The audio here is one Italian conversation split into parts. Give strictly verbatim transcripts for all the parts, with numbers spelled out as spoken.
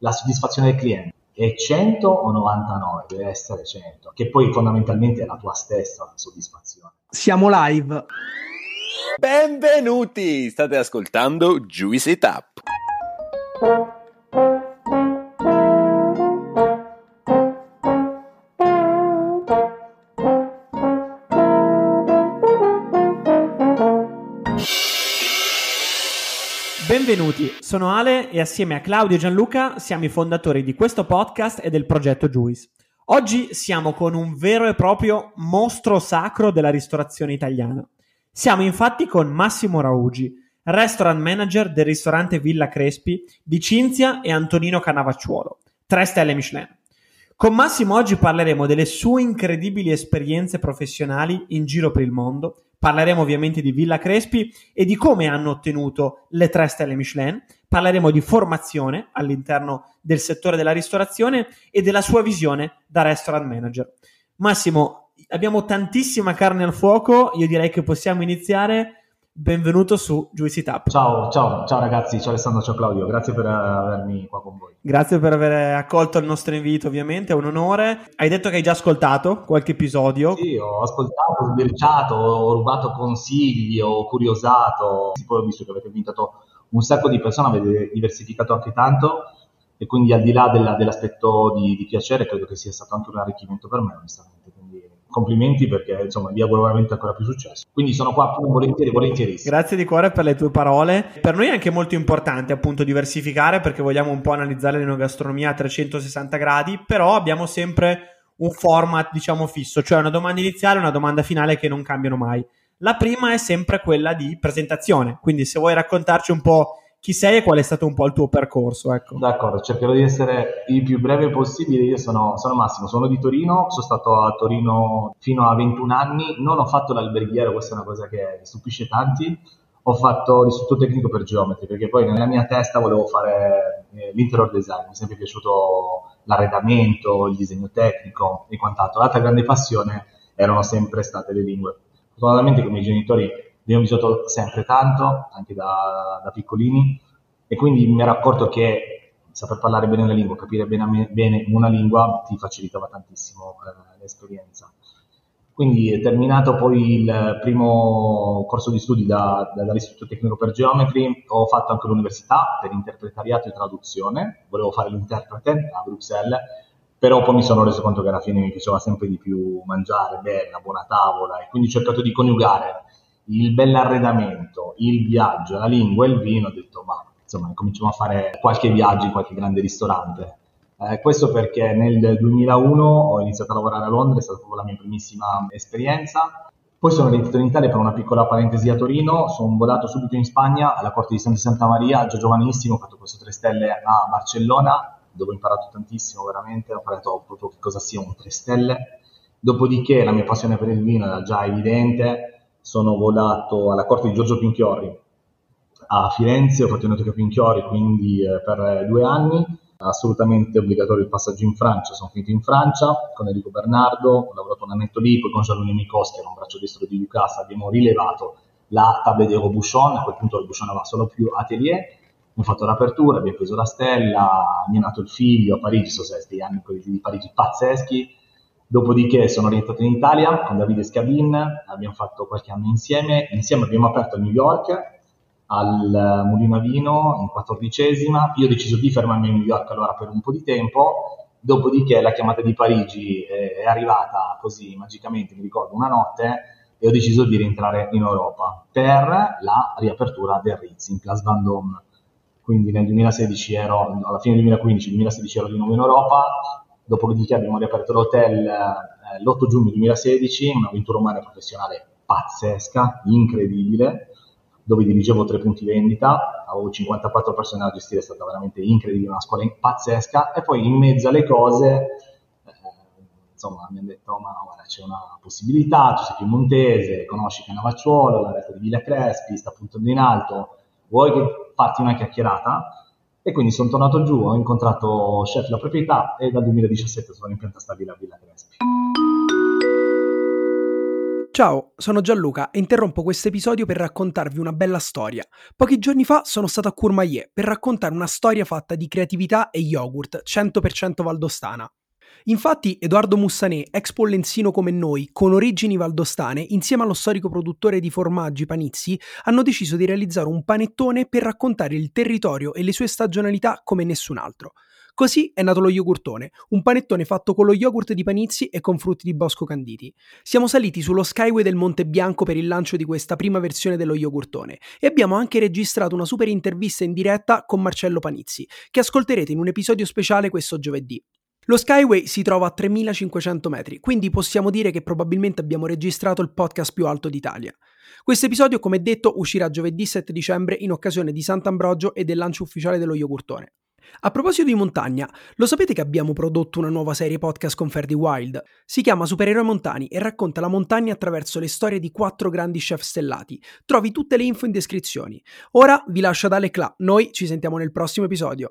la soddisfazione del cliente è cento o novantanove? Deve essere cento, che poi fondamentalmente è la tua stessa soddisfazione. Siamo live. Benvenuti, state ascoltando Juice It Up. Benvenuti, sono Ale e assieme a Claudio e Gianluca siamo i fondatori di questo podcast e del progetto Juice. Oggi siamo con un vero e proprio mostro sacro della ristorazione italiana. Siamo infatti con Massimo Raugi, restaurant manager del ristorante Villa Crespi di Cinzia e Antonino Cannavacciuolo, tre stelle Michelin. Con Massimo oggi parleremo delle sue incredibili esperienze professionali in giro per il mondo. Parleremo ovviamente di Villa Crespi e di come hanno ottenuto le tre stelle Michelin. Parleremo di formazione all'interno del settore della ristorazione e della sua visione da restaurant manager. Massimo, abbiamo tantissima carne al fuoco, io direi che possiamo iniziare. Benvenuto su Juice It Up. Ciao, ciao, ciao ragazzi, ciao Alessandro, ciao Claudio, grazie per avermi qua con voi. Grazie per aver accolto il nostro invito, ovviamente, è un onore. Hai detto che hai già ascoltato qualche episodio. Sì, ho ascoltato, ho sbirciato, ho rubato consigli, ho curiosato. Poi ho visto che avete invitato un sacco di persone, avete diversificato anche tanto e quindi al di là della, dell'aspetto di, di piacere credo che sia stato anche un arricchimento per me, onestamente. Quindi complimenti, perché insomma vi auguro veramente ancora più successo. Quindi sono qua volentieri, volentierissimo. Grazie di cuore per le tue parole. Per noi è anche molto importante appunto diversificare, perché vogliamo un po' analizzare l'enogastronomia a trecentosessanta gradi, però abbiamo sempre un format diciamo fisso, cioè una domanda iniziale e una domanda finale che non cambiano mai. La prima è sempre quella di presentazione, quindi se vuoi raccontarci un po' chi sei e qual è stato un po' il tuo percorso, ecco. D'accordo, cercherò di essere il più breve possibile. Io sono, sono Massimo, sono di Torino, sono stato a Torino fino a ventuno anni, non ho fatto l'alberghiero, questa è una cosa che stupisce tanti, ho fatto l'istituto tecnico per geometri, perché poi nella mia testa volevo fare eh, l'interior design, mi è sempre piaciuto l'arredamento, il disegno tecnico e quant'altro. L'altra grande passione erano sempre state le lingue. Fortunatamente con i miei genitori abbiamo visitato sempre tanto, anche da, da piccolini, e quindi mi ero accorto che saper parlare bene una lingua, capire bene, bene una lingua ti facilitava tantissimo eh, l'esperienza. Quindi terminato poi il primo corso di studi da, da, dall'Istituto Tecnico per Geometri, ho fatto anche l'università per interpretariato e traduzione, volevo fare l'interprete a Bruxelles, però poi mi sono reso conto che alla fine mi piaceva sempre di più mangiare bene, una buona tavola, e quindi ho cercato di coniugare il bell'arredamento, il viaggio, la lingua e il vino. Ho detto ma insomma cominciamo a fare qualche viaggio in qualche grande ristorante. Eh, questo perché nel duemilauno ho iniziato a lavorare a Londra, è stata proprio la mia primissima esperienza. Poi sono rientrato in Italia per una piccola parentesi a Torino, sono volato subito in Spagna alla corte di Santi Santa Maria, già giovanissimo, ho fatto questo tre stelle a Barcellona, dove ho imparato tantissimo veramente, ho imparato proprio che cosa sia un tre stelle. Dopodiché la mia passione per il vino era già evidente. Sono volato alla corte di Giorgio Pinchiori a Firenze, ho fatto il notaio Pinchiori quindi eh, per due anni, assolutamente obbligatorio il passaggio in Francia, sono finito in Francia con Enrico Bernardo, ho lavorato un annetto lì, poi con Gianluca Micos, che era un braccio destro di Lucas, abbiamo rilevato la table de Robuchon, a quel punto Robuchon aveva solo più atelier, abbiamo fatto l'apertura, abbiamo preso la stella, mi è nato il figlio a Parigi, sono stati anni quelli di Parigi pazzeschi. Dopodiché sono rientrato in Italia con Davide Scabin, abbiamo fatto qualche anno insieme, insieme abbiamo aperto a New York, al Mulino a Vino, in quattordicesima, io ho deciso di fermarmi a New York allora per un po' di tempo, dopodiché la chiamata di Parigi è arrivata così magicamente, mi ricordo, una notte, e ho deciso di rientrare in Europa per la riapertura del Ritz in Place Vendôme. Quindi nel duemilasedici ero, alla fine del duemilaquindici, duemilasedici ero di nuovo in Europa. Dopodiché abbiamo riaperto l'hotel eh, l'otto giugno duemilasedici, un'avventura umana e professionale pazzesca, incredibile, dove dirigevo tre punti vendita, avevo cinquantaquattro persone da gestire, è stata veramente incredibile, una scuola pazzesca, e poi in mezzo alle cose, eh, insomma, mi hanno detto, ma guarda, c'è una possibilità, tu sei piemontese, conosci Cannavacciuolo, la rete di Villa Crespi, sta puntando in alto, vuoi che farti una chiacchierata? E quindi sono tornato giù, ho incontrato chef la proprietà e dal duemiladiciassette sono impiantato a Villa Villa Crespi. Ciao, sono Gianluca e interrompo questo episodio per raccontarvi una bella storia. Pochi giorni fa sono stato a Courmayeur per raccontare una storia fatta di creatività e yogurt cento per cento valdostana. Infatti Edoardo Mussanè, ex pollenzino come noi, con origini valdostane, insieme allo storico produttore di formaggi Panizzi, hanno deciso di realizzare un panettone per raccontare il territorio e le sue stagionalità come nessun altro. Così è nato lo yogurtone, un panettone fatto con lo yogurt di Panizzi e con frutti di bosco canditi. Siamo saliti sullo skyway del Monte Bianco per il lancio di questa prima versione dello yogurtone e abbiamo anche registrato una super intervista in diretta con Marcello Panizzi, che ascolterete in un episodio speciale questo giovedì. Lo skyway si trova a tremilacinquecento metri, quindi possiamo dire che probabilmente abbiamo registrato il podcast più alto d'Italia. Questo episodio, come detto, uscirà giovedì sette dicembre in occasione di Sant'Ambrogio e del lancio ufficiale dello yogurtone. A proposito di montagna, lo sapete che abbiamo prodotto una nuova serie podcast con Ferdi Wild? Si chiama Supereroi Montani e racconta la montagna attraverso le storie di quattro grandi chef stellati. Trovi tutte le info in descrizioni. Ora vi lascio ad Alecla, noi ci sentiamo nel prossimo episodio.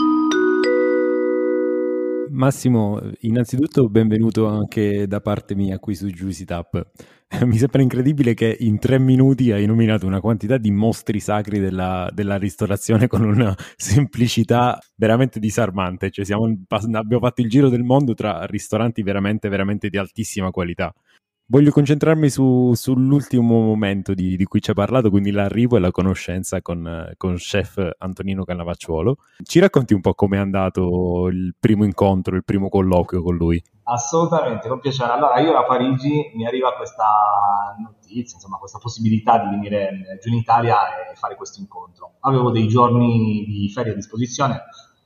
Massimo, innanzitutto benvenuto anche da parte mia qui su Juicy Tap. Mi sembra incredibile che in tre minuti hai nominato una quantità di mostri sacri della, della ristorazione con una semplicità veramente disarmante. Cioè siamo, abbiamo fatto il giro del mondo tra ristoranti veramente, veramente di altissima qualità. Voglio concentrarmi su, sull'ultimo momento di, di cui ci hai parlato, quindi l'arrivo e la conoscenza con, con chef Antonino Cannavacciuolo. Ci racconti un po' com'è andato il primo incontro, il primo colloquio con lui? Assolutamente, con piacere. Allora, io a Parigi mi arriva questa notizia, insomma, questa possibilità di venire giù in Italia e fare questo incontro. Avevo dei giorni di ferie a disposizione,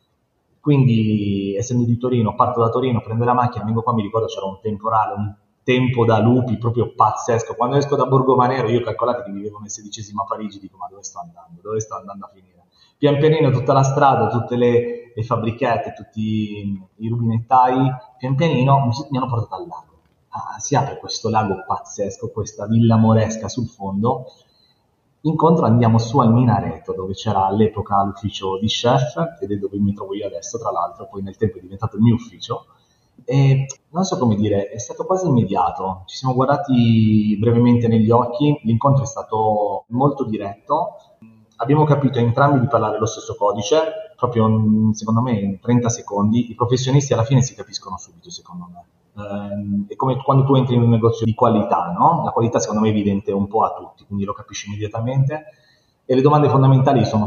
quindi essendo di Torino, parto da Torino, prendo la macchina, vengo qua, mi ricordo c'era un temporale, un tempo da lupi proprio pazzesco. Quando esco da Borgo Manero, io calcolate che vivevo nel sedicesimo a Parigi, dico ma dove sto andando? Dove sto andando a finire? Pian pianino tutta la strada, tutte le, le fabbrichette, tutti i rubinettai, pian pianino mi, mi hanno portato al lago. Ah, si apre questo lago pazzesco, questa villa moresca sul fondo. Incontro, andiamo su al minareto dove c'era all'epoca l'ufficio di chef ed è dove mi trovo io adesso, tra l'altro, poi nel tempo è diventato il mio ufficio. E non so come dire, è stato quasi immediato, ci siamo guardati brevemente negli occhi, l'incontro è stato molto diretto, abbiamo capito entrambi di parlare lo stesso codice, proprio secondo me in trenta secondi, i professionisti alla fine si capiscono subito secondo me, eh, è come quando tu entri in un negozio di qualità, no? La qualità secondo me è evidente un po' a tutti, quindi lo capisci immediatamente e le domande fondamentali sono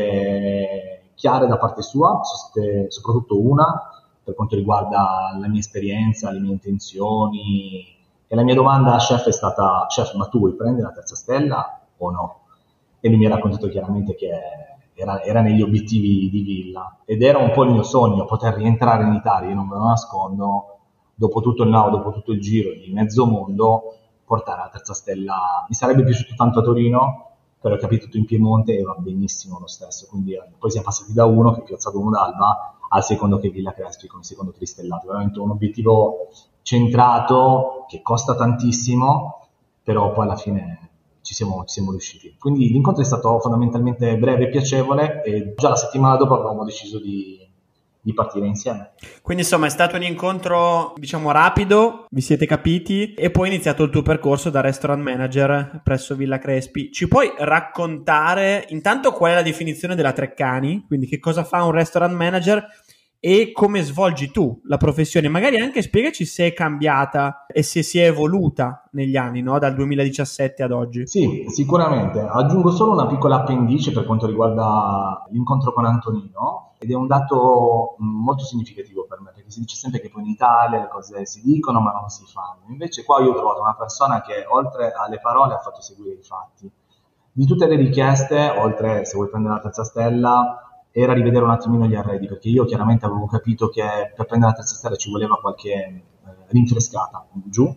state chiare da parte sua, sono state soprattutto una, per quanto riguarda la mia esperienza, le mie intenzioni, e la mia domanda a chef è stata: chef, ma tu vuoi prendere la terza stella o no? E lui mi ha raccontato chiaramente che era, era negli obiettivi di Villa ed era un po' il mio sogno poter rientrare in Italia, io non me lo nascondo, dopo tutto il now, dopo tutto il giro di mezzo mondo, portare la terza stella. Mi sarebbe piaciuto tanto a Torino, però ho capito tutto in Piemonte e va benissimo lo stesso, quindi poi siamo passati da uno che è piazzato uno d'Alba al secondo che è Villa Crespi con il secondo tristellato, veramente un obiettivo centrato che costa tantissimo, però poi alla fine ci siamo, ci siamo riusciti. Quindi l'incontro è stato fondamentalmente breve e piacevole e già la settimana dopo avevamo deciso di, di partire insieme. Quindi insomma è stato un incontro diciamo rapido, vi siete capiti e poi è iniziato il tuo percorso da restaurant manager presso Villa Crespi. Ci puoi raccontare intanto qual è la definizione della Treccani, quindi che cosa fa un restaurant manager e come svolgi tu la professione? Magari anche spiegaci se è cambiata e se si è evoluta negli anni, no? Dal duemiladiciassette ad oggi. Sì, sicuramente. Aggiungo solo una piccola appendice per quanto riguarda l'incontro con Antonino, ed è un dato molto significativo per me, perché si dice sempre che poi in Italia le cose si dicono ma non si fanno. Invece qua io ho trovato una persona che oltre alle parole ha fatto seguire i fatti. Di tutte le richieste, oltre se vuoi prendere la terza stella, era rivedere un attimino gli arredi, perché io chiaramente avevo capito che per prendere la terza stella ci voleva qualche eh, rinfrescata giù,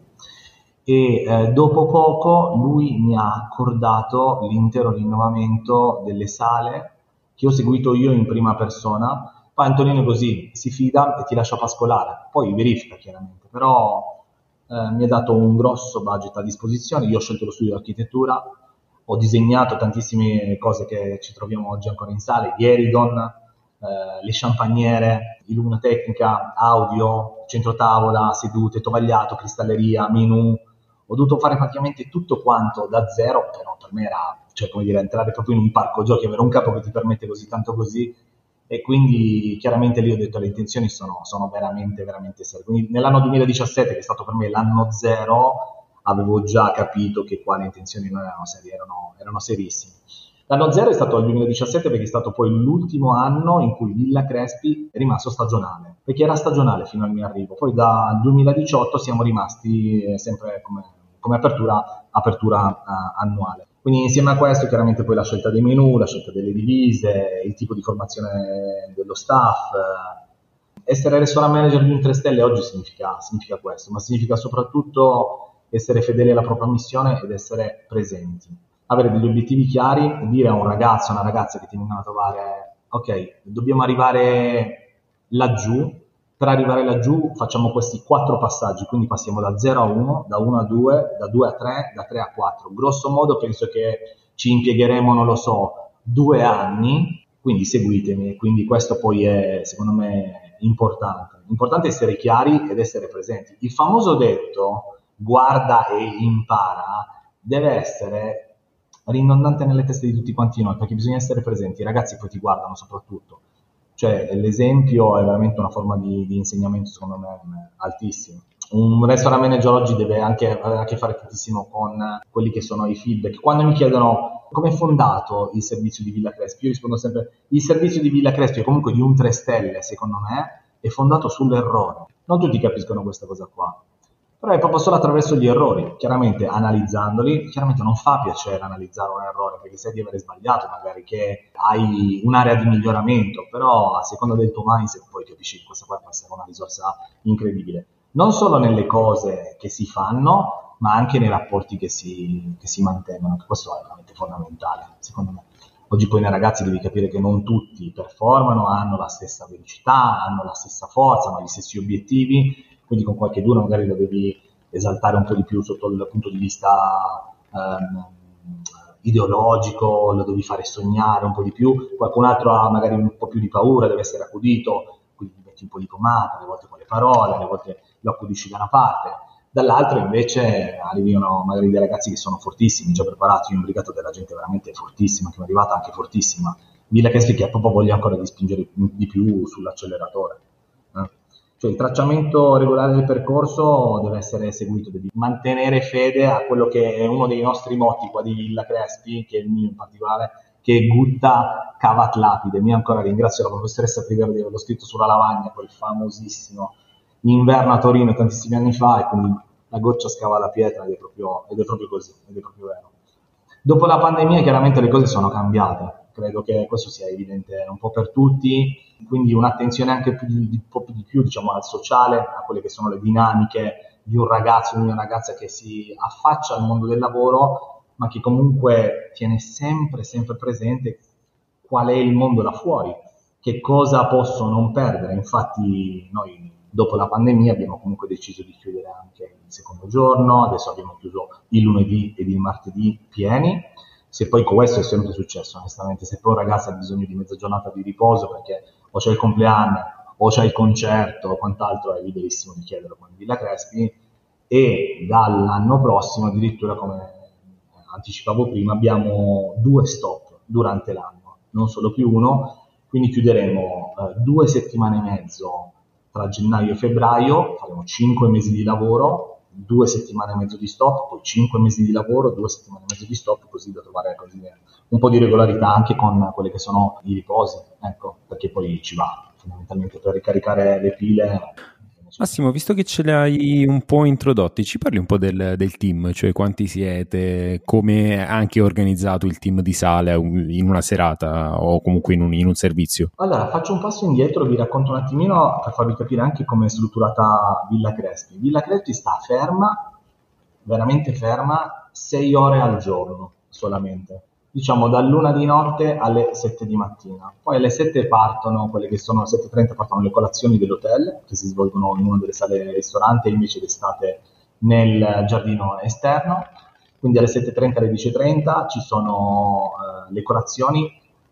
e eh, dopo poco lui mi ha accordato l'intero rinnovamento delle sale che ho seguito io in prima persona. Poi Antonino è così, si fida e ti lascia pascolare, poi verifica chiaramente, però eh, mi ha dato un grosso budget a disposizione, io ho scelto lo studio di architettura, ho disegnato tantissime cose che ci troviamo oggi ancora in sale, gli Eridon, eh, le champagniere, illuminoteca, audio, centro tavola, sedute, tovagliato, cristalleria, menù. ho dovuto fare praticamente tutto quanto da zero, però per me era, cioè come dire, entrare proprio in un parco giochi, avere un capo che ti permette così tanto così, e quindi chiaramente lì ho detto le intenzioni sono, sono veramente, veramente serie. Quindi nell'anno duemiladiciassette, che è stato per me l'anno zero, avevo già capito che qua le intenzioni non erano serie, erano, erano serissime. L'anno zero è stato il duemiladiciassette perché è stato poi l'ultimo anno in cui Villa Crespi è rimasto stagionale, perché era stagionale fino al mio arrivo. Poi dal duemiladiciotto siamo rimasti eh, sempre come, come apertura, apertura uh, annuale. Quindi insieme a questo chiaramente poi la scelta dei menù, la scelta delle divise, il tipo di formazione dello staff. Essere restaurant manager di un tre stelle oggi significa, significa questo, ma significa soprattutto essere fedeli alla propria missione ed essere presenti. Avere degli obiettivi chiari, dire a un ragazzo, a una ragazza che ti vengono a trovare, ok, dobbiamo arrivare laggiù, per arrivare laggiù facciamo questi quattro passaggi, quindi passiamo da zero a uno, da uno a due, da due a tre, da tre a quattro. Grosso modo penso che ci impiegheremo, non lo so, due anni, quindi seguitemi, quindi questo poi è, secondo me, importante. Importante essere chiari ed essere presenti. Il famoso detto, guarda e impara, deve essere ridondante nelle teste di tutti quanti noi, perché bisogna essere presenti, i ragazzi poi ti guardano soprattutto. Cioè l'esempio è veramente una forma di, di insegnamento secondo me altissimo. Un restaurant manager oggi deve anche avere a che fare tantissimo con quelli che sono i feedback. Quando mi chiedono come è fondato il servizio di Villa Crespi, io rispondo sempre: il servizio di Villa Crespi, o comunque di un tre stelle, secondo me, è fondato sull'errore. Non tutti capiscono questa cosa qua, però è proprio solo attraverso gli errori, chiaramente analizzandoli. Chiaramente non fa piacere analizzare un errore, perché sai di aver sbagliato, magari che hai un'area di miglioramento, però a seconda del tuo mindset poi capisci che questa qua può essere una risorsa incredibile, non solo nelle cose che si fanno, ma anche nei rapporti che si, che si mantengono, che questo è veramente fondamentale, secondo me. Oggi poi nei ragazzi devi capire che non tutti performano, hanno la stessa velocità, hanno la stessa forza, hanno gli stessi obiettivi, quindi con qualche duro magari lo devi esaltare un po' di più sotto il punto di vista um, ideologico, lo devi fare sognare un po' di più, qualcun altro ha magari un po' più di paura, deve essere accudito, quindi metti un po' di pomata, alle volte con le parole, alle volte lo accudisci da una parte, dall'altro invece arrivano magari dei ragazzi che sono fortissimi, già preparati. Io ho imbrigato della gente veramente fortissima, che mi è arrivata anche fortissima, Villa Crespi che ha proprio voglia ancora di spingere di più sull'acceleratore. Eh? Cioè il tracciamento regolare del percorso deve essere seguito, devi mantenere fede a quello che è uno dei nostri motti qua di Villa Crespi, che è il mio in particolare, che è Gutta cavat lapide. Mi ancora ringrazio la professoressa Priver di averlo scritto sulla lavagna, quel famosissimo inverno a Torino tantissimi anni fa, e quindi la goccia scava la pietra, ed è proprio, ed è proprio così, ed è proprio vero. Dopo la pandemia chiaramente le cose sono cambiate, credo che questo sia evidente un po' per tutti, quindi un'attenzione anche più di, un po' più di più, diciamo, al sociale, a quelle che sono le dinamiche di un ragazzo o di una ragazza che si affaccia al mondo del lavoro, ma che comunque tiene sempre, sempre presente qual è il mondo là fuori, che cosa posso non perdere. Infatti noi dopo la pandemia abbiamo comunque deciso di chiudere anche il secondo giorno, adesso abbiamo chiuso il lunedì ed il martedì pieni. Se poi questo è sempre successo, onestamente, se poi un ragazzo ha bisogno di mezza giornata di riposo perché o c'è il compleanno o c'è il concerto o quant'altro, è liberissimo di chiederlo con Villa Crespi. E dall'anno prossimo, addirittura, come anticipavo prima, abbiamo due stop durante l'anno, non solo più uno, quindi chiuderemo eh, due settimane e mezzo tra gennaio e febbraio, faremo cinque mesi di lavoro, due settimane e mezzo di stop, poi cinque mesi di lavoro, due settimane e mezzo di stop, così da trovare così un po' di regolarità anche con quelli che sono i riposi, ecco, perché poi ci va fondamentalmente per ricaricare le pile. Massimo, visto che ce li hai un po' introdotti, ci parli un po' del, del team, cioè quanti siete, come è anche organizzato il team di sale in una serata o comunque in un, in un servizio? Allora, faccio un passo indietro, vi racconto un attimino per farvi capire anche come è strutturata Villa Crespi. Villa Crespi sta ferma, veramente ferma, sei ore al giorno solamente. Diciamo dall'una di notte alle sette di mattina. Poi alle sette partono, quelle che sono alle sette e trenta partono le colazioni dell'hotel, che si svolgono in una delle sale ristorante, invece d'estate nel giardino esterno. Quindi alle sette e trenta alle dieci e trenta ci sono uh, le colazioni,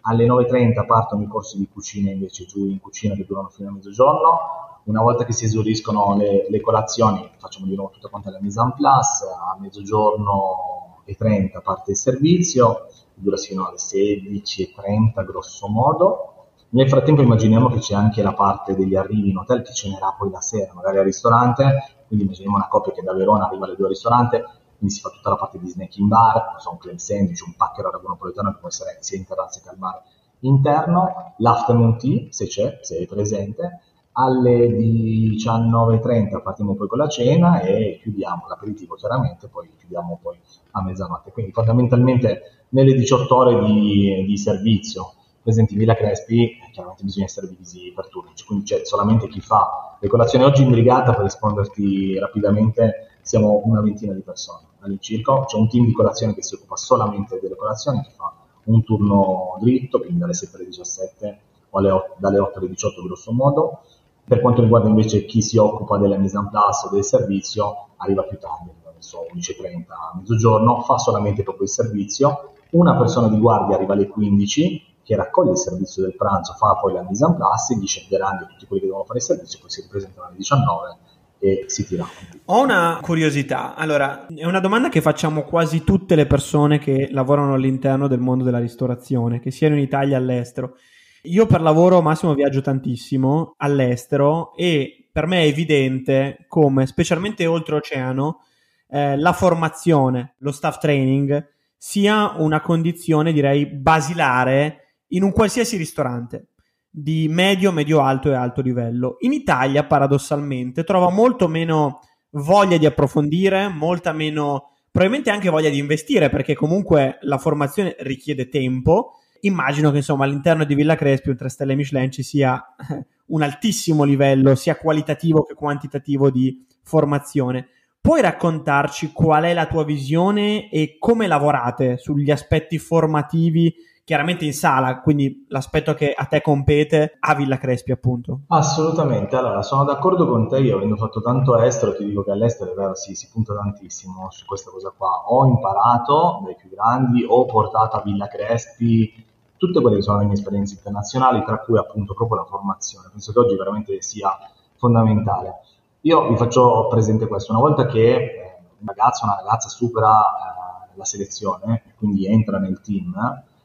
alle nove e trenta partono i corsi di cucina invece giù in cucina che durano fino a mezzogiorno. Una volta che si esauriscono le, le colazioni facciamo di nuovo tutta quanta la mise en place, a mezzogiorno e trenta parte il servizio, dura fino alle sedici e trenta grosso modo. Nel frattempo immaginiamo che c'è anche la parte degli arrivi in hotel che cenerà poi la sera, magari al ristorante, quindi immaginiamo una coppia che da Verona arriva alle due al ristorante, quindi si fa tutta la parte di snack in bar, non so, un club sandwich, un pacchero arago napoletano che può essere sia in terrazza che al bar interno, l'afternoon tea, se c'è, se è presente, alle diciannove e trenta partiamo poi con la cena e chiudiamo l'aperitivo chiaramente, poi chiudiamo poi a mezzanotte, quindi fondamentalmente nelle diciotto ore di, di servizio presenti in Villa Crespi, chiaramente bisogna essere divisi per turni, quindi c'è solamente chi fa le colazioni. Oggi in brigata, per risponderti rapidamente, siamo una ventina di persone all'incirca, c'è un team di colazione che si occupa solamente delle colazioni, che fa un turno dritto, quindi dalle sette alle diciassette o alle otto, dalle otto alle diciotto grosso modo. Per quanto riguarda invece chi si occupa della mise en place o del servizio, arriva più tardi, verso undici e trenta a mezzogiorno, fa solamente proprio il servizio. Una persona di guardia arriva alle quindici, che raccoglie il servizio del pranzo, fa poi la mise en place, gli scenderanno tutti quelli che devono fare il servizio, poi si ripresentano alle diciannove e si tira. Ho una curiosità, allora è una domanda che facciamo quasi tutte le persone che lavorano all'interno del mondo della ristorazione, che siano in Italia o all'estero. Io per lavoro Massimo viaggio tantissimo all'estero e per me è evidente come, specialmente oltreoceano, eh, la formazione, lo staff training sia una condizione, direi, basilare in un qualsiasi ristorante di medio, medio-alto e alto livello. In Italia, paradossalmente, trovo molto meno voglia di approfondire, molta meno, probabilmente anche voglia di investire, perché comunque la formazione richiede tempo. Immagino che insomma all'interno di Villa Crespi un tre stelle Michelin ci sia un altissimo livello sia qualitativo che quantitativo di formazione. Puoi raccontarci qual è la tua visione e come lavorate sugli aspetti formativi, chiaramente in sala, quindi l'aspetto che a te compete a Villa Crespi, appunto? Assolutamente, allora sono d'accordo con te. Io avendo fatto tanto estero ti dico che all'estero è vero, sì, si punta tantissimo su questa cosa qua. Ho imparato dai più grandi, ho portato a Villa Crespi tutte quelle che sono le mie esperienze internazionali, tra cui appunto proprio la formazione. Penso che oggi veramente sia fondamentale. Io vi faccio presente questo: una volta che un ragazzo o una ragazza supera eh, la selezione, quindi entra nel team,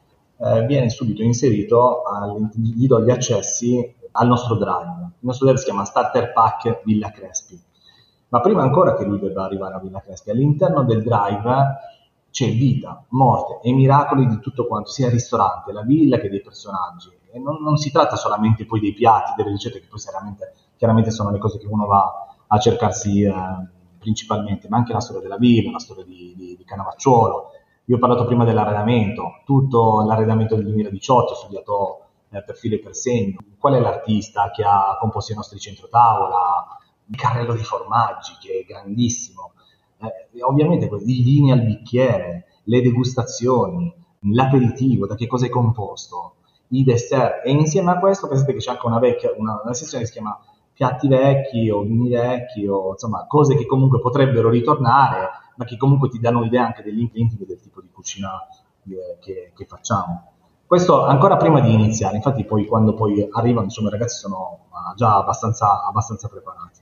eh, viene subito inserito, al, gli do gli accessi al nostro drive. Il nostro drive si chiama Starter Pack Villa Crespi. Ma prima ancora che lui debba arrivare a Villa Crespi, all'interno del drive c'è vita, morte e miracoli di tutto quanto, sia il ristorante, la villa che dei personaggi. E non, non si tratta solamente poi dei piatti, delle ricette, che poi chiaramente, chiaramente sono le cose che uno va a cercarsi eh, principalmente, ma anche la storia della villa, la storia di, di, di Cannavacciuolo. Io ho parlato prima dell'arredamento, tutto l'arredamento del duemiladiciotto, ho studiato eh, per filo e per segno. Qual è l'artista che ha composto i nostri centrotavola? Il carrello di formaggi, che è grandissimo. Eh, ovviamente i vini al bicchiere, le degustazioni, l'aperitivo, da che cosa è composto, i dessert, e insieme a questo pensate che c'è anche una vecchia, una, una sezione che si chiama piatti vecchi o vini vecchi, o insomma cose che comunque potrebbero ritornare, ma che comunque ti danno un'idea anche dell'intento del tipo di cucina eh, che, che facciamo. Questo ancora prima di iniziare, infatti poi quando poi arrivano, insomma, i ragazzi sono uh, già abbastanza, abbastanza preparati.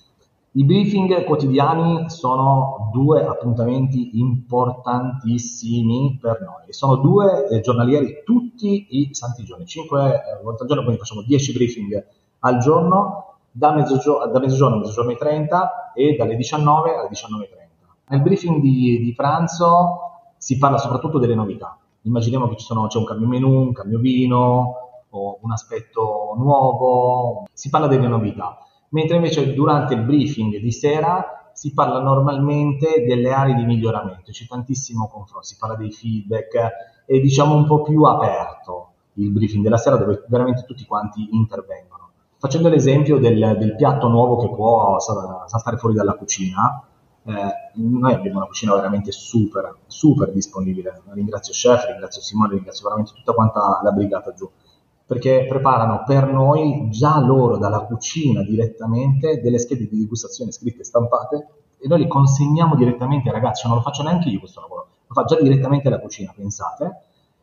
I briefing quotidiani sono due appuntamenti importantissimi per noi, sono due eh, giornalieri tutti i santi giorni, cinque eh, volte al giorno, quindi facciamo dieci briefing al giorno, da mezzogiorno, da mezzogiorno a mezzogiorno e trenta e dalle diciannove alle diciannove e trenta. Nel briefing di, di pranzo si parla soprattutto delle novità. Immaginiamo che ci sono, c'è un cambio menù, un cambio vino o un aspetto nuovo, si parla delle novità. Mentre invece durante il briefing di sera si parla normalmente delle aree di miglioramento, c'è tantissimo confronto, si parla dei feedback, è diciamo un po' più aperto il briefing della sera, dove veramente tutti quanti intervengono. Facendo l'esempio del, del piatto nuovo che può saltare fuori dalla cucina, eh, noi abbiamo una cucina veramente super, super disponibile. Ringrazio chef, ringrazio Simone, ringrazio veramente tutta quanta la brigata giù, perché preparano per noi già loro dalla cucina direttamente delle schede di degustazione scritte e stampate, e noi le consegniamo direttamente ai ragazzi. Cioè non lo faccio neanche io questo lavoro, lo fa già direttamente la cucina, pensate,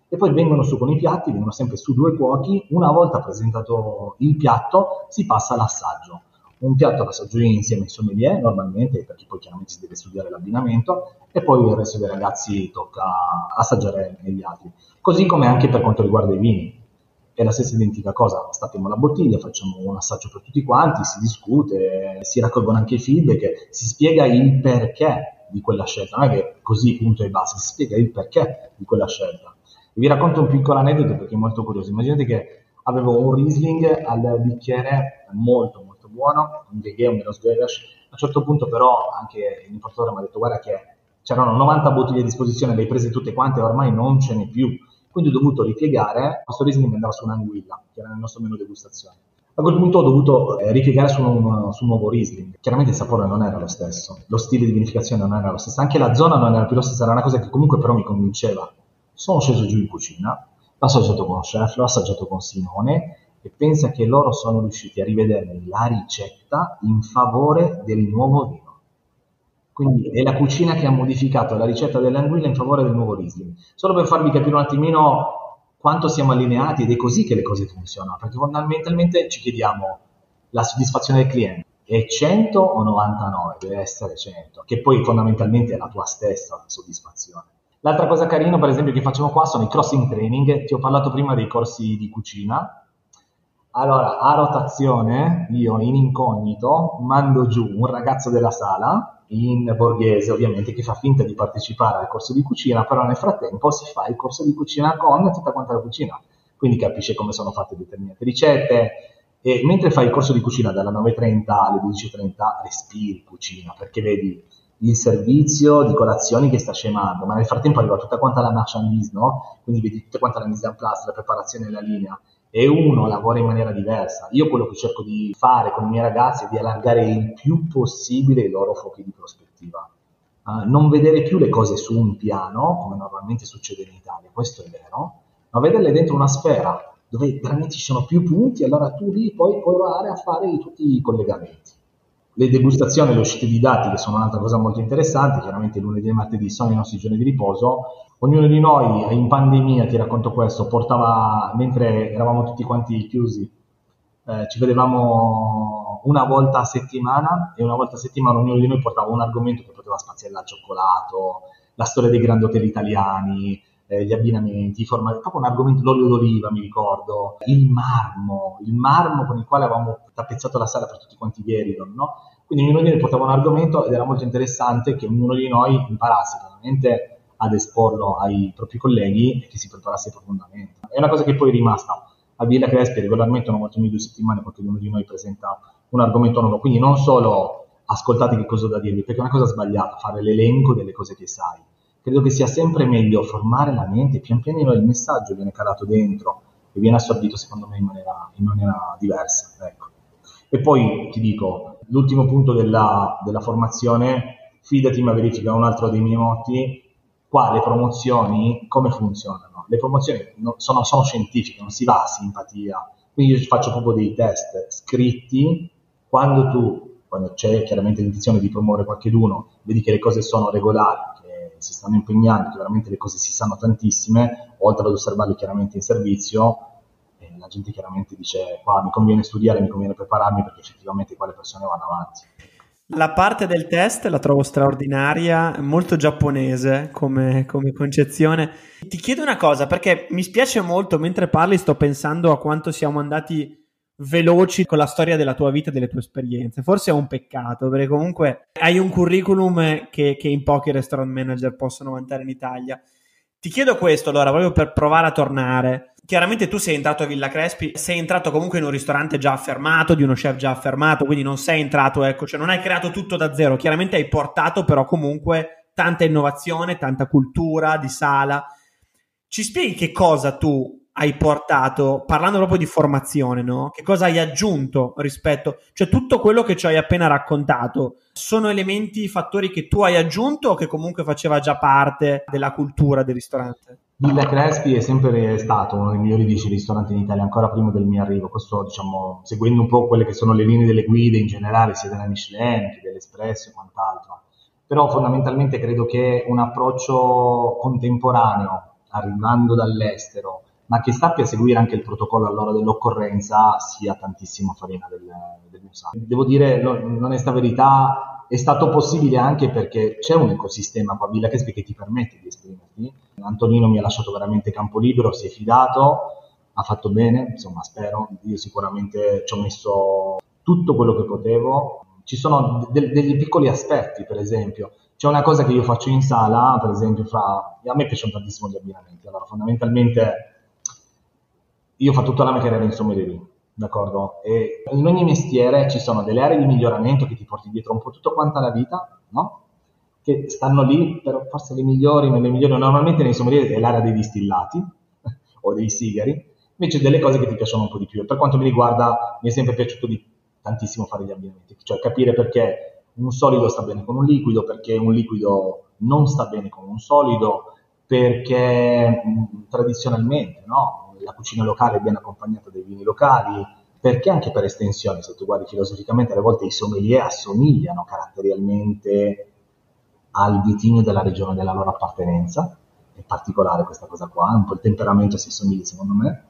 e poi vengono su con i piatti, vengono sempre su due cuochi. Una volta presentato il piatto si passa all'assaggio. Un piatto che assaggio io insieme ai sommelier normalmente, perché poi chiaramente si deve studiare l'abbinamento, e poi il resto dei ragazzi tocca assaggiare gli altri. Così come anche per quanto riguarda i vini. È la stessa identica cosa, stappiamo la bottiglia, facciamo un assaggio per tutti quanti, si discute, si raccolgono anche i feedback, si spiega il perché di quella scelta, non è che così punto e basta, si spiega il perché di quella scelta. E vi racconto un piccolo aneddoto perché è molto curioso. Immaginate che avevo un Riesling al bicchiere molto molto buono, un Geghe, un Milos Vegas. A un certo punto però anche l'importatore mi ha detto guarda che c'erano novanta bottiglie a disposizione, le hai prese tutte quante, ormai non ce n'è più. Quindi ho dovuto ripiegare, questo Riesling andava su un'anguilla, che era nel nostro menù degustazione. A quel punto ho dovuto eh, ripiegare su un, su un nuovo Riesling. Chiaramente il sapore non era lo stesso, lo stile di vinificazione non era lo stesso, anche la zona non era più lo stesso, era una cosa che comunque però mi convinceva. Sono sceso giù in cucina, l'ho assaggiato con chef, l'ho assaggiato con Simone e pensa che loro sono riusciti a rivedermi la ricetta in favore del nuovo vino. Quindi è la cucina che ha modificato la ricetta dell'anguilla in favore del nuovo Riesling. Solo per farvi capire un attimino quanto siamo allineati, ed è così che le cose funzionano, perché fondamentalmente ci chiediamo la soddisfazione del cliente. È cento o novantanove? Deve essere cento, che poi fondamentalmente è la tua stessa soddisfazione. L'altra cosa carina, per esempio, che facciamo qua sono i crossing training. Ti ho parlato prima dei corsi di cucina. Allora, a rotazione, io in incognito mando giù un ragazzo della sala, in borghese ovviamente, che fa finta di partecipare al corso di cucina, però nel frattempo si fa il corso di cucina con tutta quanta la cucina, quindi capisce come sono fatte determinate ricette, e mentre fai il corso di cucina dalla nove e trenta alle dodici e trenta respiri cucina, perché vedi il servizio di colazioni che sta scemando, ma nel frattempo arriva tutta quanta la marchandise, no? Quindi vedi tutta quanta la mise en place, la preparazione della linea, e uno lavora in maniera diversa. Io quello che cerco di fare con i miei ragazzi è di allargare il più possibile i loro fuochi di prospettiva, uh, non vedere più le cose su un piano come normalmente succede in Italia, questo è vero, ma vederle dentro una sfera dove veramente ci sono più punti, allora tu lì poi puoi provare a fare tutti i collegamenti. Le degustazioni, le uscite didattiche sono un'altra cosa molto interessante. Chiaramente lunedì e martedì sono i nostri giorni di riposo. Ognuno di noi in pandemia, ti racconto questo, portava, mentre eravamo tutti quanti chiusi, eh, ci vedevamo una volta a settimana, e una volta a settimana ognuno di noi portava un argomento che poteva spaziare dal cioccolato, la storia dei grandi hotel italiani, eh, gli abbinamenti, i formati, proprio un argomento, l'olio d'oliva mi ricordo, il marmo, il marmo con il quale avevamo tappezzato la sala per tutti quanti gli Eridon, no? Quindi ognuno di noi portava un argomento ed era molto interessante che ognuno di noi imparasse veramente ad esporlo ai propri colleghi e che si preparasse profondamente. È una cosa che poi è rimasta. A Villa Crespi regolarmente una volta ogni due settimane perché ognuno di noi presenta un argomento nuovo, quindi non solo ascoltate che cosa ho da dirvi, perché è una cosa sbagliata fare l'elenco delle cose che sai. Credo che sia sempre meglio formare la mente, pian pianino il messaggio viene calato dentro e viene assorbito secondo me in maniera, in maniera diversa. Ecco. E poi ti dico, l'ultimo punto della, della formazione, fidati ma verifica, un altro dei miei motti. Qua le promozioni come funzionano? Le promozioni non, sono, sono scientifiche, non si va a simpatia, quindi io faccio proprio dei test scritti. Quando tu, quando c'è chiaramente l'intenzione di promuovere qualcheduno, vedi che le cose sono regolari, che si stanno impegnando, che veramente le cose si sanno tantissime, oltre ad osservarle chiaramente in servizio, eh, la gente chiaramente dice qua mi conviene studiare, mi conviene prepararmi perché effettivamente qua le persone vanno avanti. La parte del test la trovo straordinaria, molto giapponese come, come concezione. Ti chiedo una cosa, perché mi spiace molto, mentre parli sto pensando a quanto siamo andati veloci con la storia della tua vita e delle tue esperienze. Forse è un peccato, perché comunque hai un curriculum che, che in pochi restaurant manager possono vantare in Italia. Ti chiedo questo allora, proprio per provare a tornare. Chiaramente tu sei entrato a Villa Crespi, sei entrato comunque in un ristorante già affermato, di uno chef già affermato, quindi non sei entrato, ecco, cioè non hai creato tutto da zero. Chiaramente hai portato però comunque tanta innovazione, tanta cultura di sala. Ci spieghi che cosa tu hai portato, parlando proprio di formazione, no? Che cosa hai aggiunto rispetto, cioè tutto quello che ci hai appena raccontato, sono elementi, fattori che tu hai aggiunto o che comunque faceva già parte della cultura del ristorante? Villa Crespi è sempre stato uno dei migliori dieci ristoranti in Italia, ancora prima del mio arrivo, questo diciamo seguendo un po' quelle che sono le linee delle guide in generale, sia della Michelin che dell'Espresso e quant'altro. Però fondamentalmente credo che un approccio contemporaneo arrivando dall'estero, ma che sappia seguire anche il protocollo all'ora dell'occorrenza, sia tantissimo farina del, del mio sacco. Devo dire l'onesta verità, è stato possibile anche perché c'è un ecosistema qua a Villa Crespi che ti permette di esprimerti. Antonino mi ha lasciato veramente campo libero, si è fidato, ha fatto bene, insomma spero, io sicuramente ci ho messo tutto quello che potevo. Ci sono de- degli piccoli aspetti, per esempio, c'è una cosa che io faccio in sala, per esempio, fra... a me piacciono tantissimo gli abbinamenti, allora fondamentalmente io ho tutta la mia carriera in sommelieria, d'accordo? E in ogni mestiere ci sono delle aree di miglioramento che ti porti dietro un po' tutto quanta la vita, no? Che stanno lì per forse le migliori, nelle migliori, normalmente nei sommelier è l'area dei distillati o dei sigari, invece delle cose che ti piacciono un po' di più. E per quanto mi riguarda mi è sempre piaciuto di tantissimo fare gli abbinamenti, cioè capire perché un solido sta bene con un liquido, perché un liquido non sta bene con un solido, perché mh, tradizionalmente, no? La cucina locale è ben accompagnata dai vini locali, perché anche per estensione, se tu guardi filosoficamente, alle volte i sommelier assomigliano caratterialmente al vitigno della regione della loro appartenenza, è particolare questa cosa qua, un po' il temperamento si somiglia secondo me,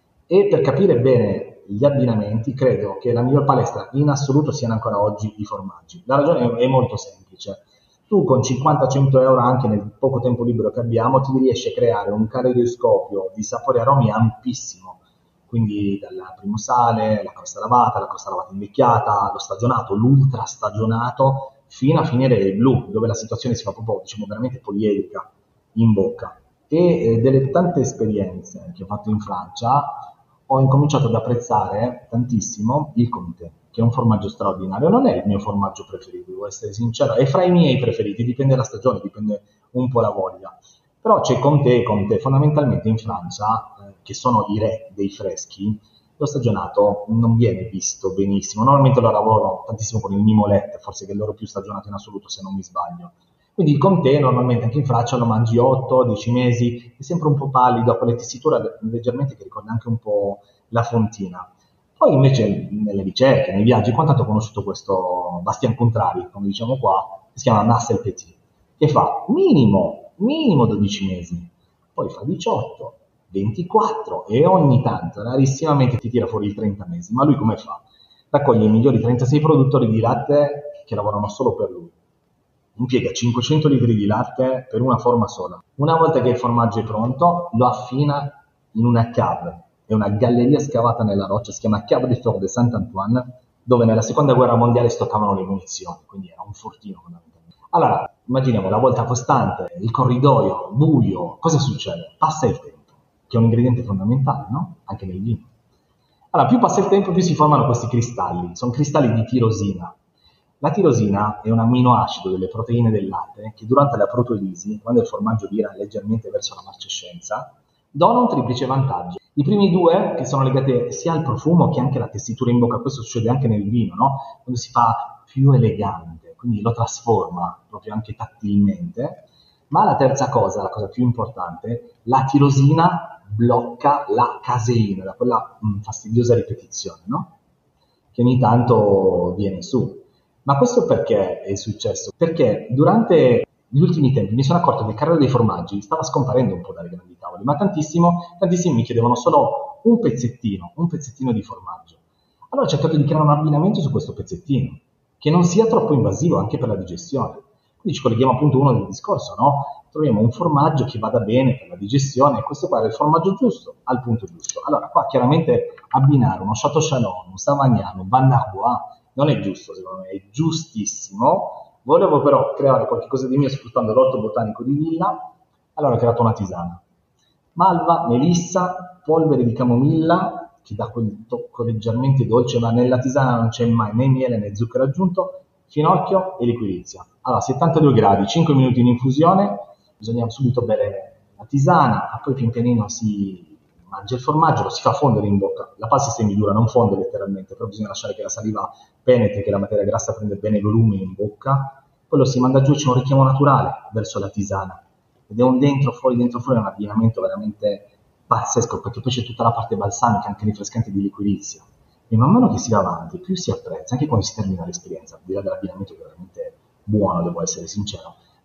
e per capire bene gli abbinamenti credo che la miglior palestra in assoluto siano ancora oggi i formaggi. La ragione è molto semplice. Tu con cinquanta cento euro, anche nel poco tempo libero che abbiamo, ti riesci a creare un caleidoscopio di sapori e aromi ampissimo, quindi dal primo sale, la crosta lavata, la crosta lavata invecchiata, lo stagionato, l'ultra stagionato, fino a finire il blu, dove la situazione si fa proprio, diciamo, veramente poliedrica in bocca. E eh, delle tante esperienze che ho fatto in Francia, ho incominciato ad apprezzare tantissimo il Comté, che è un formaggio straordinario. Non è il mio formaggio preferito, devo essere sincero, è fra i miei preferiti, dipende dalla stagione, dipende un po' la voglia. Però c'è Comté e Comté, fondamentalmente in Francia, eh, che sono i re dei freschi, lo stagionato non viene visto benissimo. Normalmente lo lavoro tantissimo con il Mimolette, forse che è il loro più stagionato in assoluto, se non mi sbaglio. Quindi il Comté normalmente anche in Francia lo mangi otto dieci mesi, è sempre un po' pallido, con le tessiture leggermente che ricorda anche un po' la fontina. Poi invece nelle ricerche, nei viaggi, quanto ho conosciuto questo Bastien Contrari, come diciamo qua, che si chiama Marcel Petit, che fa minimo, minimo dodici mesi, poi fa diciotto, ventiquattro e ogni tanto, rarissimamente ti tira fuori il trenta mesi. Ma lui come fa? Raccoglie i migliori trentasei produttori di latte che lavorano solo per lui. Impiega cinquecento litri di latte per una forma sola. Una volta che il formaggio è pronto, lo affina in una cave. È una galleria scavata nella roccia, si chiama Cave de Fort de Saint-Antoine, dove nella seconda guerra mondiale stoccavano le munizioni, quindi era un fortino fondamentalmente. Allora, immaginiamo la volta costante, il corridoio, buio, cosa succede? Passa il tempo, che è un ingrediente fondamentale, no? Anche nel vino. Allora, più passa il tempo, più si formano questi cristalli, sono cristalli di tirosina. La tirosina è un amminoacido delle proteine del latte che durante la proteolisi, quando il formaggio vira leggermente verso la marcescenza, dona un triplice vantaggio. I primi due, che sono legati sia al profumo che anche alla tessitura in bocca, questo succede anche nel vino, no? Quando si fa più elegante, quindi lo trasforma proprio anche tattilmente. Ma la terza cosa, la cosa più importante, la tirosina blocca la caseina, da quella mh, fastidiosa ripetizione, no? Che ogni tanto viene su. Ma questo perché è successo? Perché durante gli ultimi tempi mi sono accorto che il carrello dei formaggi stava scomparendo un po' dalle grandi tavole, ma tantissimo, tantissimi mi chiedevano solo un pezzettino, un pezzettino di formaggio. Allora ho cercato di creare un abbinamento su questo pezzettino, che non sia troppo invasivo anche per la digestione. Quindi ci colleghiamo appunto uno del discorso, no? Troviamo un formaggio che vada bene per la digestione, e questo qua era il formaggio giusto, al punto giusto. Allora qua chiaramente abbinare uno Château Chalon, un Savagnano, un Van d'Arbois, non è giusto, secondo me, è giustissimo. Volevo però creare qualcosa di mio sfruttando l'orto botanico di Villa, allora ho creato una tisana. Malva, melissa, polvere di camomilla, che dà quel tocco leggermente dolce, ma nella tisana non c'è mai né miele né zucchero aggiunto, finocchio e liquirizia. Allora, settantadue gradi, cinque minuti in infusione, bisogna subito bere la tisana, poi pian pianino si mangia il formaggio, lo si fa fondere in bocca. La pasta semidura non fonde letteralmente, però bisogna lasciare che la saliva penetri, che la materia grassa prende bene volume in bocca, poi lo si manda giù, c'è un richiamo naturale verso la tisana, ed è un dentro fuori, dentro fuori, è un abbinamento veramente pazzesco, perché poi c'è tutta la parte balsamica, anche rinfrescante di liquirizia, e man mano che si va avanti, più si apprezza, anche quando si termina l'esperienza, al di là dell'abbinamento che è veramente buono, devo essere sincero,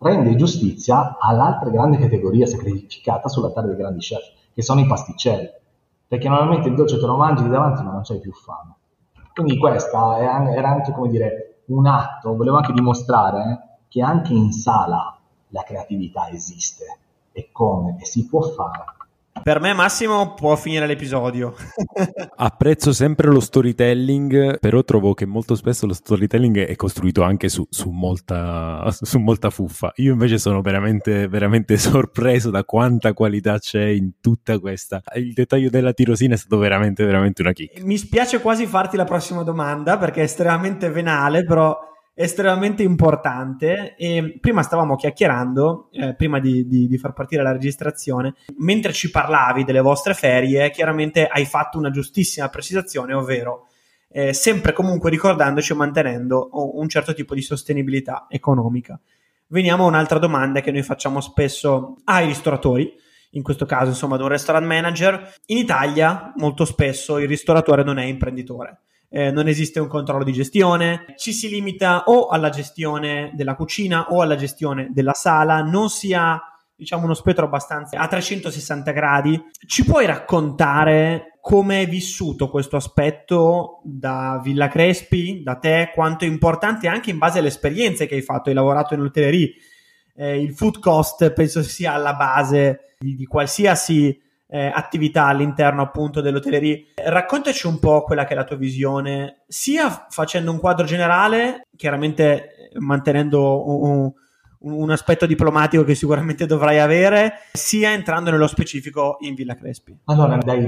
rende giustizia all'altra grande categoria sacrificata sull'altare dei grandi chef, che sono i pasticcelli, perché normalmente il dolce te lo mangi di davanti ma non c'hai più fame. Quindi questa era anche, come dire, un atto, volevo anche dimostrare che anche in sala la creatività esiste, e come, e si può fare. Per me Massimo può finire l'episodio. Apprezzo sempre lo storytelling, però trovo che molto spesso lo storytelling è costruito anche su, su, molta, su molta fuffa. Io invece sono veramente, veramente sorpreso da quanta qualità c'è in tutta questa. Il dettaglio della tirosina è stato veramente, veramente una chicca. Mi spiace quasi farti la prossima domanda perché è estremamente venale, però estremamente importante. E prima stavamo chiacchierando, eh, prima di, di, di far partire la registrazione, mentre ci parlavi delle vostre ferie, chiaramente hai fatto una giustissima precisazione, ovvero eh, sempre comunque ricordandoci e mantenendo un certo tipo di sostenibilità economica. Veniamo a un'altra domanda che noi facciamo spesso ai ristoratori, in questo caso insomma ad un restaurant manager. In Italia molto spesso il ristoratore non è imprenditore. Eh, non esiste un controllo di gestione, ci si limita o alla gestione della cucina o alla gestione della sala, non si ha, diciamo, uno spettro abbastanza a trecentosessanta gradi. Ci puoi raccontare come è vissuto questo aspetto da Villa Crespi, da te, quanto è importante anche in base alle esperienze che hai fatto? Hai lavorato in hotellerie, eh, il food cost penso sia alla base di, di qualsiasi Eh, attività all'interno appunto dell'hotellerie. Raccontaci un po' quella che è la tua visione, sia facendo un quadro generale, chiaramente mantenendo un, un, un aspetto diplomatico che sicuramente dovrai avere, sia entrando nello specifico in Villa Crespi. Allora, dai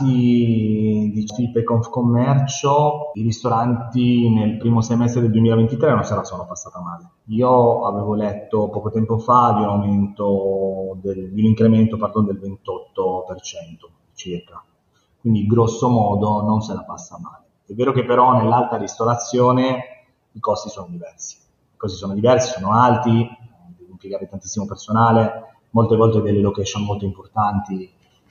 dati di F I P e Confcommercio, i ristoranti nel primo semestre del duemilaventitré non se la sono passata male. Io avevo letto poco tempo fa di un aumento, del, di un incremento pardon, del ventotto per cento circa, quindi grosso modo non se la passa male. È vero che però nell'alta ristorazione i costi sono diversi, i costi sono diversi, sono alti, devi impiegare tantissimo personale, molte volte delle location molto importanti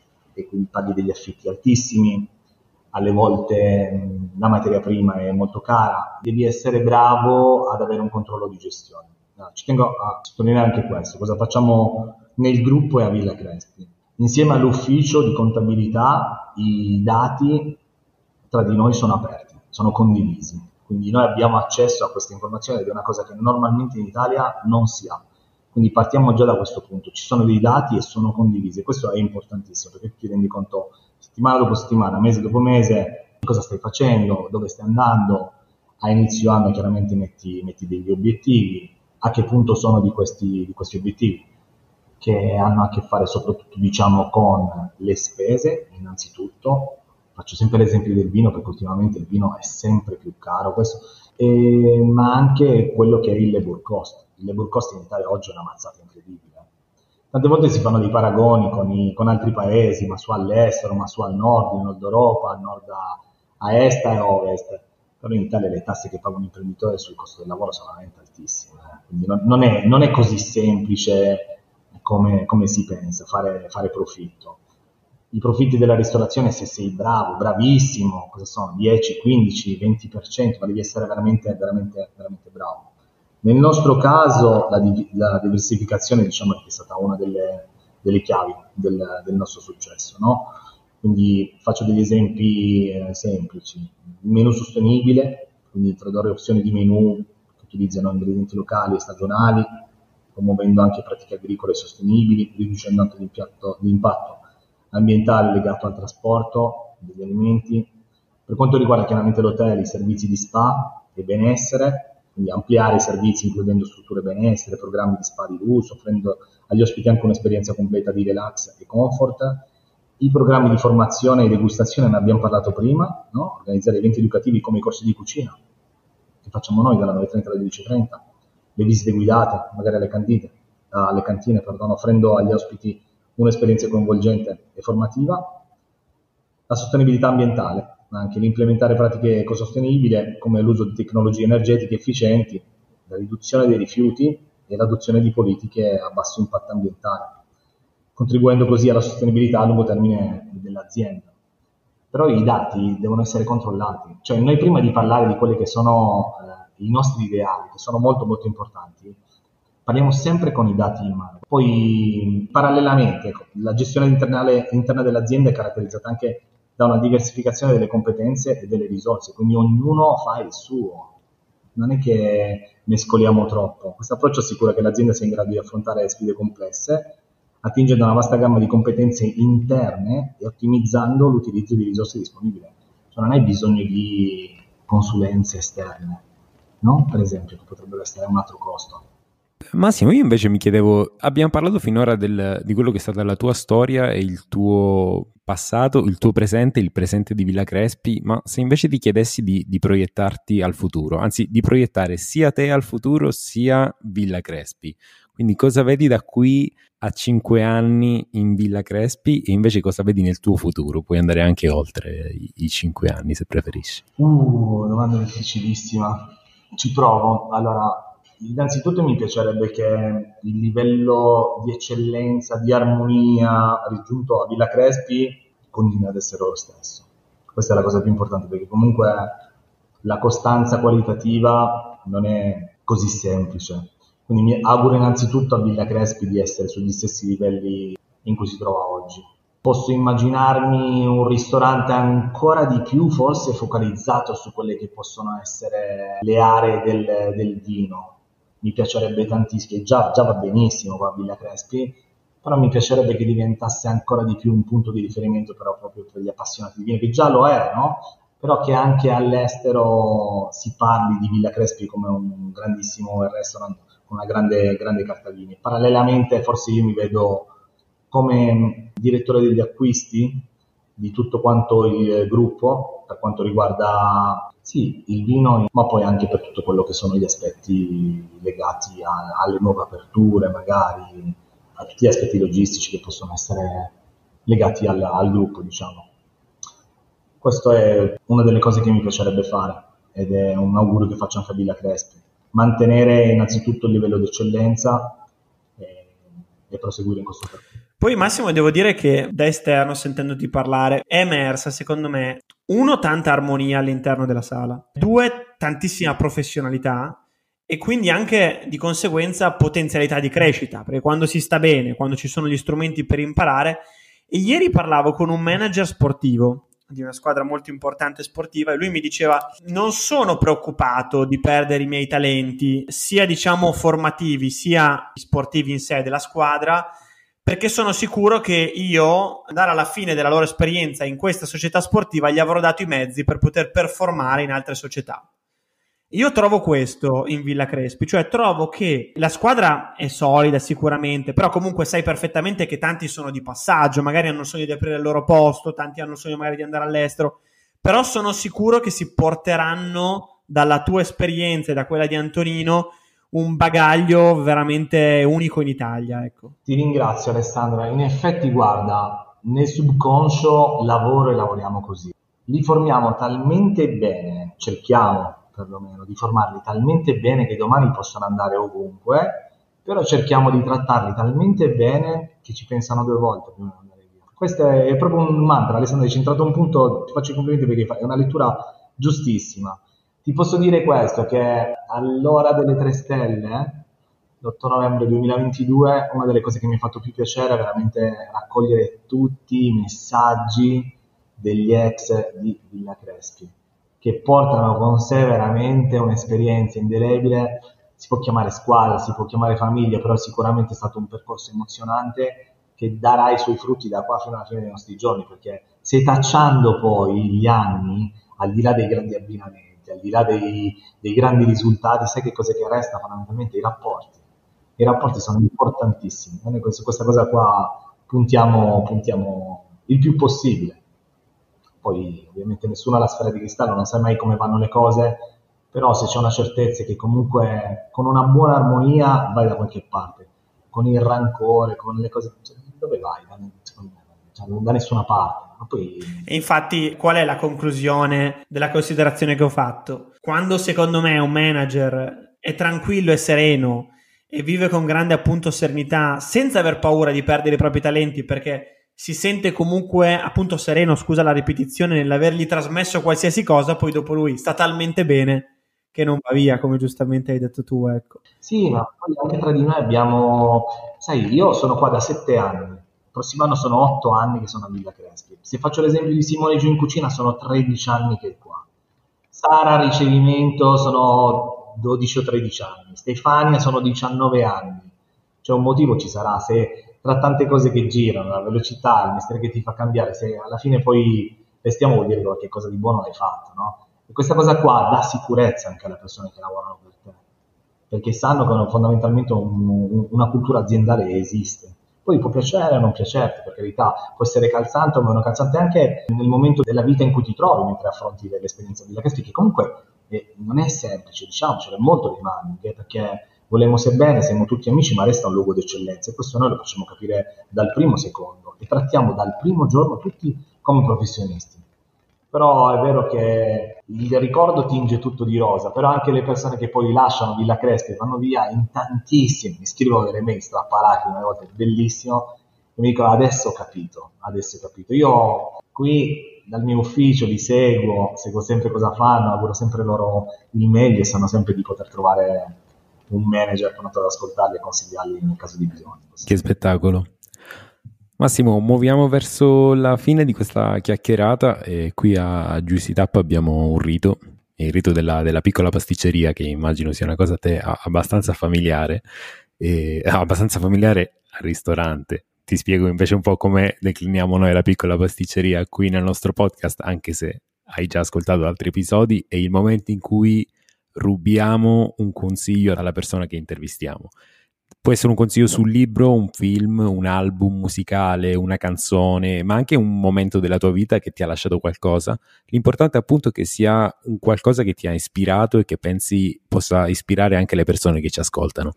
e quindi paghi degli affitti altissimi, alle volte mh, la materia prima è molto cara, devi essere bravo ad avere un controllo di gestione. No, ci tengo a sottolineare anche questo, cosa facciamo nel gruppo e a Villa Crespi. Insieme all'ufficio di contabilità i dati tra di noi sono aperti, sono condivisi, quindi noi abbiamo accesso a queste informazioni ed è una cosa che normalmente in Italia non si ha. Quindi partiamo già da questo punto, ci sono dei dati e sono condivisi, e questo è importantissimo perché ti rendi conto settimana dopo settimana, mese dopo mese, cosa stai facendo, dove stai andando, a inizio anno chiaramente metti, metti degli obiettivi, a che punto sono di questi, di questi obiettivi, che hanno a che fare soprattutto diciamo con le spese, innanzitutto, faccio sempre l'esempio del vino perché ultimamente il vino è sempre più caro, questo, e, ma anche quello che è il labor cost. Il labor cost in Italia oggi è una mazzata incredibile. Tante volte si fanno dei paragoni con, i, con altri paesi, ma su all'estero, ma su al nord, in nord Europa, al nord a, a est e a ovest. Però in Italia le tasse che paga un imprenditore sul costo del lavoro sono veramente altissime. Eh. Quindi non, non, è, non è così semplice come, come si pensa, fare, fare profitto. I profitti della ristorazione, se sei bravo, bravissimo, cosa sono? dieci, quindici, venti per cento, ma devi essere veramente, veramente, veramente bravo. Nel nostro caso la, di, la diversificazione diciamo che è stata una delle, delle chiavi del, del nostro successo, no? Quindi faccio degli esempi eh, semplici. Il menù sostenibile, quindi introdurre opzioni di menù che utilizzano ingredienti locali e stagionali, promuovendo anche pratiche agricole sostenibili, riducendo anche l'impatto, l'impatto ambientale legato al trasporto degli alimenti. Per quanto riguarda chiaramente l'hotel, i servizi di spa e benessere, quindi ampliare i servizi includendo strutture benessere, programmi di spa di lusso, offrendo agli ospiti anche un'esperienza completa di relax e comfort. I programmi di formazione e degustazione, ne abbiamo parlato prima, no? Organizzare eventi educativi come i corsi di cucina, che facciamo noi dalle nove e trenta alle dodici e trenta, le visite guidate, magari alle cantine, alle cantine pardon, offrendo agli ospiti un'esperienza coinvolgente e formativa. La sostenibilità ambientale, anche l'implementare pratiche ecosostenibili come l'uso di tecnologie energetiche efficienti, la riduzione dei rifiuti e l'adozione di politiche a basso impatto ambientale, contribuendo così alla sostenibilità a lungo termine dell'azienda. Però i dati devono essere controllati, cioè noi prima di parlare di quelli che sono eh, i nostri ideali, che sono molto molto importanti, parliamo sempre con i dati in mano. Poi parallelamente la gestione internale, interna dell'azienda è caratterizzata anche da una diversificazione delle competenze e delle risorse, quindi ognuno fa il suo. Non è che mescoliamo troppo. Questo approccio assicura che l'azienda sia in grado di affrontare sfide complesse, attingendo a una vasta gamma di competenze interne e ottimizzando l'utilizzo di risorse disponibili. Cioè non hai bisogno di consulenze esterne, no? Per esempio, che potrebbero essere un altro costo. Massimo, io invece mi chiedevo, abbiamo parlato finora del, di quello che è stata la tua storia e il tuo passato, il tuo presente, il presente di Villa Crespi, ma se invece ti chiedessi di, di proiettarti al futuro, anzi di proiettare sia te al futuro sia Villa Crespi, quindi cosa vedi da qui a cinque anni in Villa Crespi e invece cosa vedi nel tuo futuro? Puoi andare anche oltre i, i cinque anni se preferisci. Uh, domanda difficilissima. Ci provo. Allora, innanzitutto mi piacerebbe che il livello di eccellenza, di armonia raggiunto a Villa Crespi continui ad essere lo stesso. Questa è la cosa più importante, perché comunque la costanza qualitativa non è così semplice. Quindi mi auguro innanzitutto a Villa Crespi di essere sugli stessi livelli in cui si trova oggi. Posso immaginarmi un ristorante ancora di più forse focalizzato su quelle che possono essere le aree del, del vino. Mi piacerebbe tantissimo, già, già va benissimo qua a Villa Crespi, però mi piacerebbe che diventasse ancora di più un punto di riferimento però proprio per gli appassionati di vino, che già lo è, no? Però che anche all'estero si parli di Villa Crespi come un grandissimo restaurant con una grande, grande carta vini. Parallelamente forse io mi vedo come direttore degli acquisti di tutto quanto il gruppo, per quanto riguarda sì, il vino, ma poi anche per tutto quello che sono gli aspetti legati a, alle nuove aperture, magari a tutti gli aspetti logistici che possono essere legati al, al gruppo, diciamo. Questo è una delle cose che mi piacerebbe fare ed è un augurio che faccio anche a Villa Crespi. Mantenere innanzitutto il livello di eccellenza e, e proseguire in questo percorso. Poi Massimo, devo dire che da esterno, sentendoti parlare, è emersa secondo me, uno, tanta armonia all'interno della sala, due, tantissima professionalità e quindi anche di conseguenza potenzialità di crescita, perché quando si sta bene, quando ci sono gli strumenti per imparare. E ieri parlavo con un manager sportivo di una squadra molto importante sportiva e lui mi diceva: non sono preoccupato di perdere i miei talenti, sia diciamo formativi sia sportivi in sé della squadra, perché sono sicuro che io, andare alla fine della loro esperienza in questa società sportiva, gli avrò dato i mezzi per poter performare in altre società. Io trovo questo in Villa Crespi, cioè trovo che la squadra è solida sicuramente, però comunque sai perfettamente che tanti sono di passaggio, magari hanno il sogno di aprire il loro posto, tanti hanno il sogno magari di andare all'estero, però sono sicuro che si porteranno dalla tua esperienza e da quella di Antonino un bagaglio veramente unico in Italia, ecco. Ti ringrazio Alessandra, in effetti guarda, nel subconscio lavoro e lavoriamo così, li formiamo talmente bene, cerchiamo perlomeno di formarli talmente bene che domani possono andare ovunque, però cerchiamo di trattarli talmente bene che ci pensano due volte prima di andare via. Questo è proprio un mantra, Alessandro, hai centrato un punto, ti faccio i complimenti perché è una lettura giustissima. Ti posso dire questo, che all'ora delle tre stelle, l'otto novembre duemilaventidue, una delle cose che mi ha fatto più piacere è veramente raccogliere tutti i messaggi degli ex di Villa Crespi, che portano con sé veramente un'esperienza indelebile. Si può chiamare squadra, si può chiamare famiglia, però sicuramente è stato un percorso emozionante che darà i suoi frutti da qua fino alla fine dei nostri giorni, perché setacciando poi gli anni, al di là dei grandi abbinamenti, al di là dei, dei grandi risultati, sai che cosa che resta fondamentalmente? I rapporti. I rapporti sono importantissimi, noi su questa cosa qua puntiamo, puntiamo il più possibile. Poi ovviamente nessuno ha la sfera di cristallo, non sai mai come vanno le cose, però se c'è una certezza che comunque con una buona armonia vai da qualche parte, con il rancore, con le cose, cioè, dove vai? Da, cioè, da nessuna parte. Ma poi... E infatti qual è la conclusione della considerazione che ho fatto? Quando secondo me un manager è tranquillo e sereno e vive con grande appunto serenità, senza aver paura di perdere i propri talenti, perché si sente comunque appunto sereno, scusa la ripetizione, nell'avergli trasmesso qualsiasi cosa, poi dopo lui sta talmente bene che non va via, come giustamente hai detto tu, ecco. Sì, ma poi anche tra di noi abbiamo, sai, io sono qua da sette anni, il prossimo anno sono otto anni che sono a Villa Crespi. Se faccio l'esempio di Simone giù in cucina, sono tredici anni che è qua. Sara ricevimento sono dodici o tredici anni, Stefania sono diciannove anni. C'è un motivo, ci sarà, se tra tante cose che girano, la velocità, il mestiere che ti fa cambiare, se alla fine poi restiamo, vuol dire che qualche cosa di buono hai fatto, no? E questa cosa qua dà sicurezza anche alle persone che lavorano per te, perché sanno che fondamentalmente un, una cultura aziendale esiste. Poi può piacere o non piacerti, per carità, può essere calzante o meno calzante anche nel momento della vita in cui ti trovi mentre affronti l'esperienza di Villa Crespi, che comunque eh, non è semplice, diciamocelo, è molto demanding, eh, perché volemo se bene, siamo tutti amici, ma resta un luogo d'eccellenza, e questo noi lo facciamo capire dal primo secondo, e trattiamo dal primo giorno tutti come professionisti. Però è vero che il ricordo tinge tutto di rosa, però anche le persone che poi lasciano Villa Crespi e vanno via, in tantissimi, mi scrivono delle mail strappalate, una volta bellissimo, e mi dicono adesso ho capito, adesso ho capito. Io qui dal mio ufficio li seguo, seguo sempre cosa fanno, auguro sempre loro il meglio e sanno sempre di poter trovare un manager pronto ad ascoltarli e consigliarli nel caso di bisogno. Che spettacolo. Massimo, muoviamo verso la fine di questa chiacchierata e qui a Juicy Tap abbiamo un rito, il rito della, della piccola pasticceria, che immagino sia una cosa a te abbastanza familiare, e, abbastanza familiare al ristorante. Ti spiego invece un po' come decliniamo noi la piccola pasticceria qui nel nostro podcast, anche se hai già ascoltato altri episodi, è il momento in cui rubiamo un consiglio alla persona che intervistiamo. Può essere un consiglio sul libro, un film, un album musicale, una canzone, ma anche un momento della tua vita che ti ha lasciato qualcosa. L'importante è appunto che sia un qualcosa che ti ha ispirato e che pensi possa ispirare anche le persone che ci ascoltano.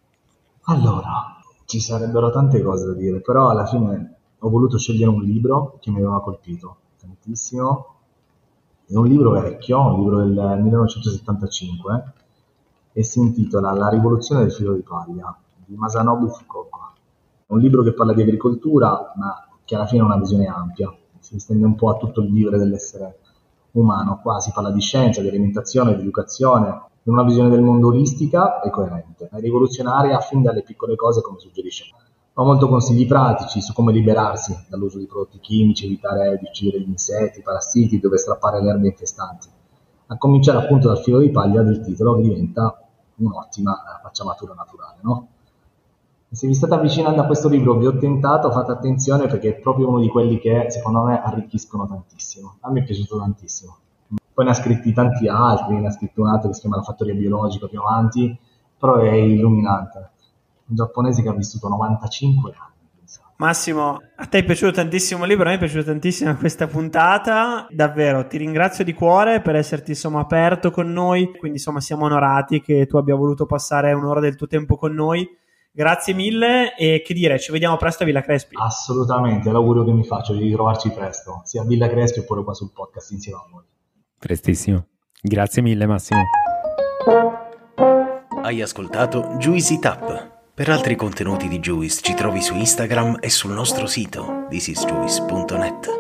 Allora, ci sarebbero tante cose da dire, però alla fine ho voluto scegliere un libro che mi aveva colpito tantissimo. È un libro vecchio, un libro del millenovecentosettantacinque, e si intitola La rivoluzione del filo di paglia, di Masanobu Fukuoka. È un libro che parla di agricoltura, ma che alla fine ha una visione ampia, si estende un po' a tutto il vivere dell'essere umano. Qua si parla di scienza, di alimentazione, di educazione, in una visione del mondo olistica e coerente, rivoluzionaria fin dalle piccole cose, come suggerisce. Ho molto consigli pratici su come liberarsi dall'uso di prodotti chimici, evitare di uccidere gli insetti, i parassiti, dove strappare le erbe infestanti. A cominciare appunto dal filo di paglia del titolo, che diventa un'ottima pacciamatura naturale, no? Se vi state avvicinando a questo libro, vi ho tentato, fate attenzione perché è proprio uno di quelli che secondo me arricchiscono tantissimo. A me è piaciuto tantissimo. Poi ne ha scritti tanti altri, ne ha scritto un altro che si chiama La fattoria biologica più avanti, però è illuminante. Un giapponese che ha vissuto novantacinque anni. Massimo, a te è piaciuto tantissimo il libro, a me è piaciuta tantissimo questa puntata, davvero ti ringrazio di cuore per esserti insomma aperto con noi, quindi insomma siamo onorati che tu abbia voluto passare un'ora del tuo tempo con noi. Grazie mille e che dire, ci vediamo presto a Villa Crespi. Assolutamente, è l'augurio che mi faccio di ritrovarci presto, sia a Villa Crespi oppure qua sul podcast insieme a voi. Prestissimo. Grazie mille Massimo. Hai ascoltato Juicy Tap. Per altri contenuti di Juice ci trovi su Instagram e sul nostro sito this is juice punto net.